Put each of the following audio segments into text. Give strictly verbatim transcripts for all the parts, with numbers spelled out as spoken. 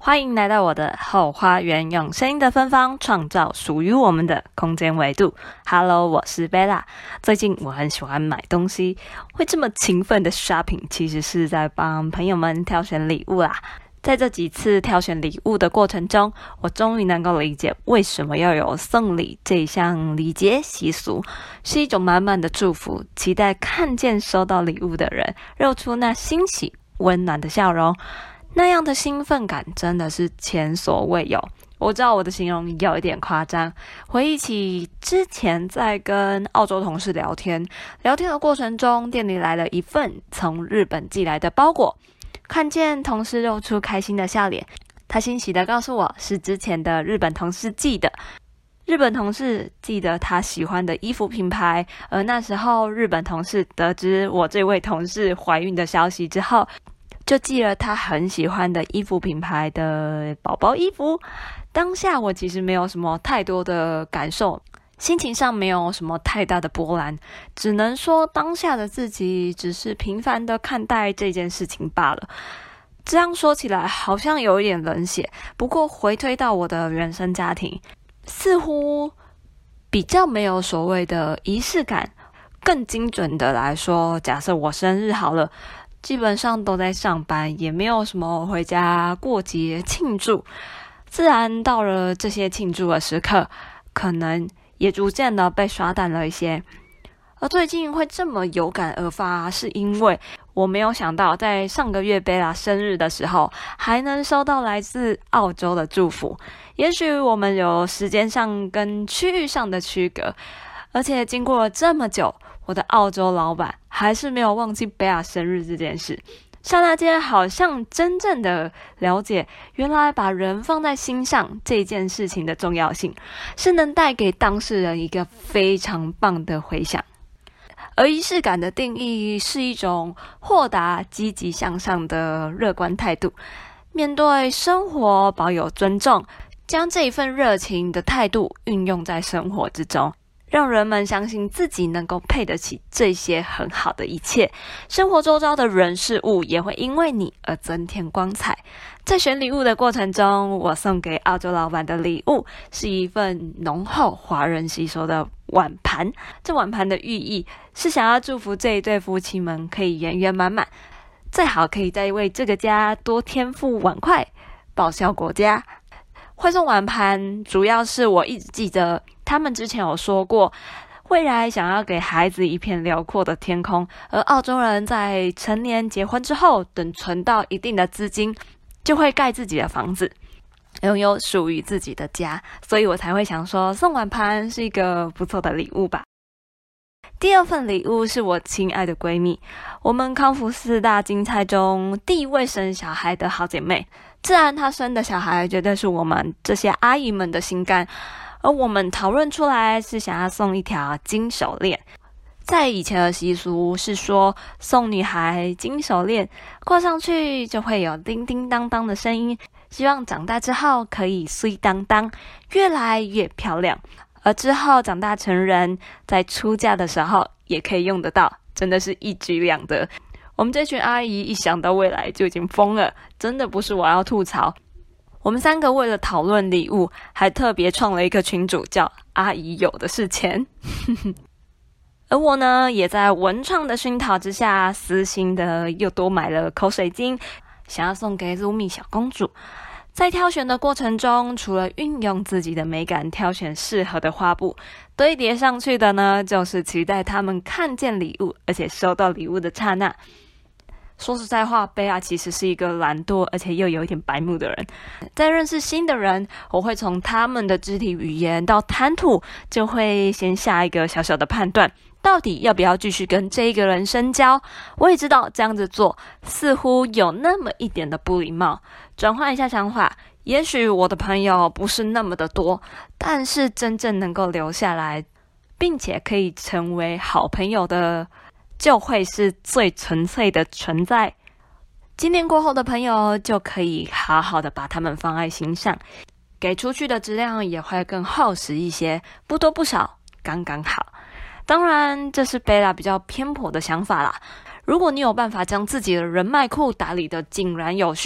欢迎来到我的后花园，用声音的芬芳创造属于我们的空间维度。Hello， 我是 Bella。最近我很喜欢买东西，会这么勤奋的 shopping， 其实是在帮朋友们挑选礼物啦。在这几次挑选礼物的过程中，我终于能够理解为什么要有送礼这一项礼节习俗，是一种满满的祝福，期待看见收到礼物的人露出那欣喜温暖的笑容。那样的兴奋感真的是前所未有。我知道我的形容有一点夸张，回忆起之前在跟澳洲同事聊天，聊天的过程中，店里来了一份从日本寄来的包裹，看见同事露出开心的笑脸，他欣喜地告诉我是之前的日本同事寄的。日本同事记得他喜欢的衣服品牌，而那时候日本同事得知我这位同事怀孕的消息之后，就寄了他很喜欢的衣服品牌的宝宝衣服。当下我其实没有什么太多的感受，心情上没有什么太大的波澜，只能说当下的自己只是平凡的看待这件事情罢了。这样说起来好像有一点冷血，不过回推到我的原生家庭，似乎比较没有所谓的仪式感。更精准的来说，假设我生日好了，基本上都在上班，也没有什么回家过节庆祝，自然到了这些庆祝的时刻，可能也逐渐的被刷淡了一些。而最近会这么有感而发，是因为我没有想到在上个月贝拉生日的时候，还能收到来自澳洲的祝福。也许我们有时间上跟区域上的区隔，而且经过了这么久，我的澳洲老板还是没有忘记贝拉生日这件事。刹那间好像真正的了解，原来把人放在心上这件事情的重要性，是能带给当事人一个非常棒的回响。而仪式感的定义是一种豁达、积极向上的乐观态度，面对生活保有尊重，将这一份热情的态度运用在生活之中，让人们相信自己能够配得起这些很好的一切，生活周遭的人事物也会因为你而增添光彩。在选礼物的过程中，我送给澳洲老板的礼物是一份浓厚华人习俗的碗盘。这碗盘的寓意是想要祝福这一对夫妻们可以圆圆满满，最好可以再为这个家多添副碗筷，报效国家。会送碗盘主要是我一直记得他们之前有说过，未来想要给孩子一片辽阔的天空，而澳洲人在成年结婚之后，等存到一定的资金，就会盖自己的房子，拥有属于自己的家，所以我才会想说送碗盘是一个不错的礼物吧。第二份礼物是我亲爱的闺蜜，我们康福四大金钗中第一位生小孩的好姐妹，自然她生的小孩绝对是我们这些阿姨们的心肝，而我们讨论出来是想要送一条金手链。在以前的习俗是说，送女孩金手链挂上去就会有叮叮当当的声音，希望长大之后可以水当当，越来越漂亮。而之后长大成人，在出嫁的时候也可以用得到，真的是一举两得。我们这群阿姨一想到未来就已经疯了，真的不是我要吐槽。我们三个为了讨论礼物，还特别创了一个群组，叫阿姨有的是钱。而我呢，也在文创的熏陶之下，私心的又多买了口水巾，想要送给露米小公主。在挑选的过程中，除了运用自己的美感挑选适合的花布，堆叠上去的呢，就是期待他们看见礼物，而且收到礼物的刹那。说实在话，贝拉其实是一个懒惰而且又有一点白目的人。在认识新的人，我会从他们的肢体语言到谈吐，就会先下一个小小的判断，到底要不要继续跟这一个人深交。我也知道这样子做似乎有那么一点的不礼貌，转换一下想法，也许我的朋友不是那么的多，但是真正能够留下来并且可以成为好朋友的，就会是最纯粹的存在。今年过后的朋友就可以好好的把他们放在心上，给出去的质量也会更厚实一些，不多不少，刚刚好。当然这是贝拉比较偏颇的想法啦，如果你有办法将自己的人脉库打理得井然有序，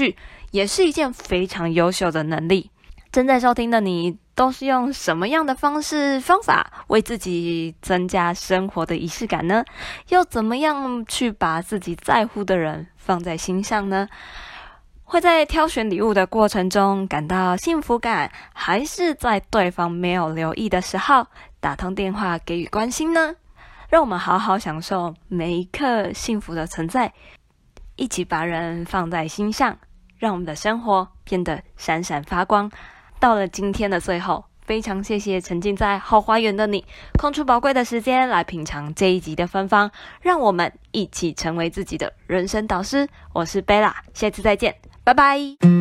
也是一件非常优秀的能力。正在收听的你，都是用什么样的方式方法为自己增加生活的仪式感呢？又怎么样去把自己在乎的人放在心上呢？会在挑选礼物的过程中感到幸福感，还是在对方没有留意的时候打通电话给予关心呢？让我们好好享受每一刻幸福的存在，一起把人放在心上，让我们的生活变得闪闪发光。到了今天的最后，非常谢谢沉浸在后花园的你，空出宝贵的时间来品尝这一集的芬芳，让我们一起成为自己的人生导师。我是贝拉，下次再见，拜拜。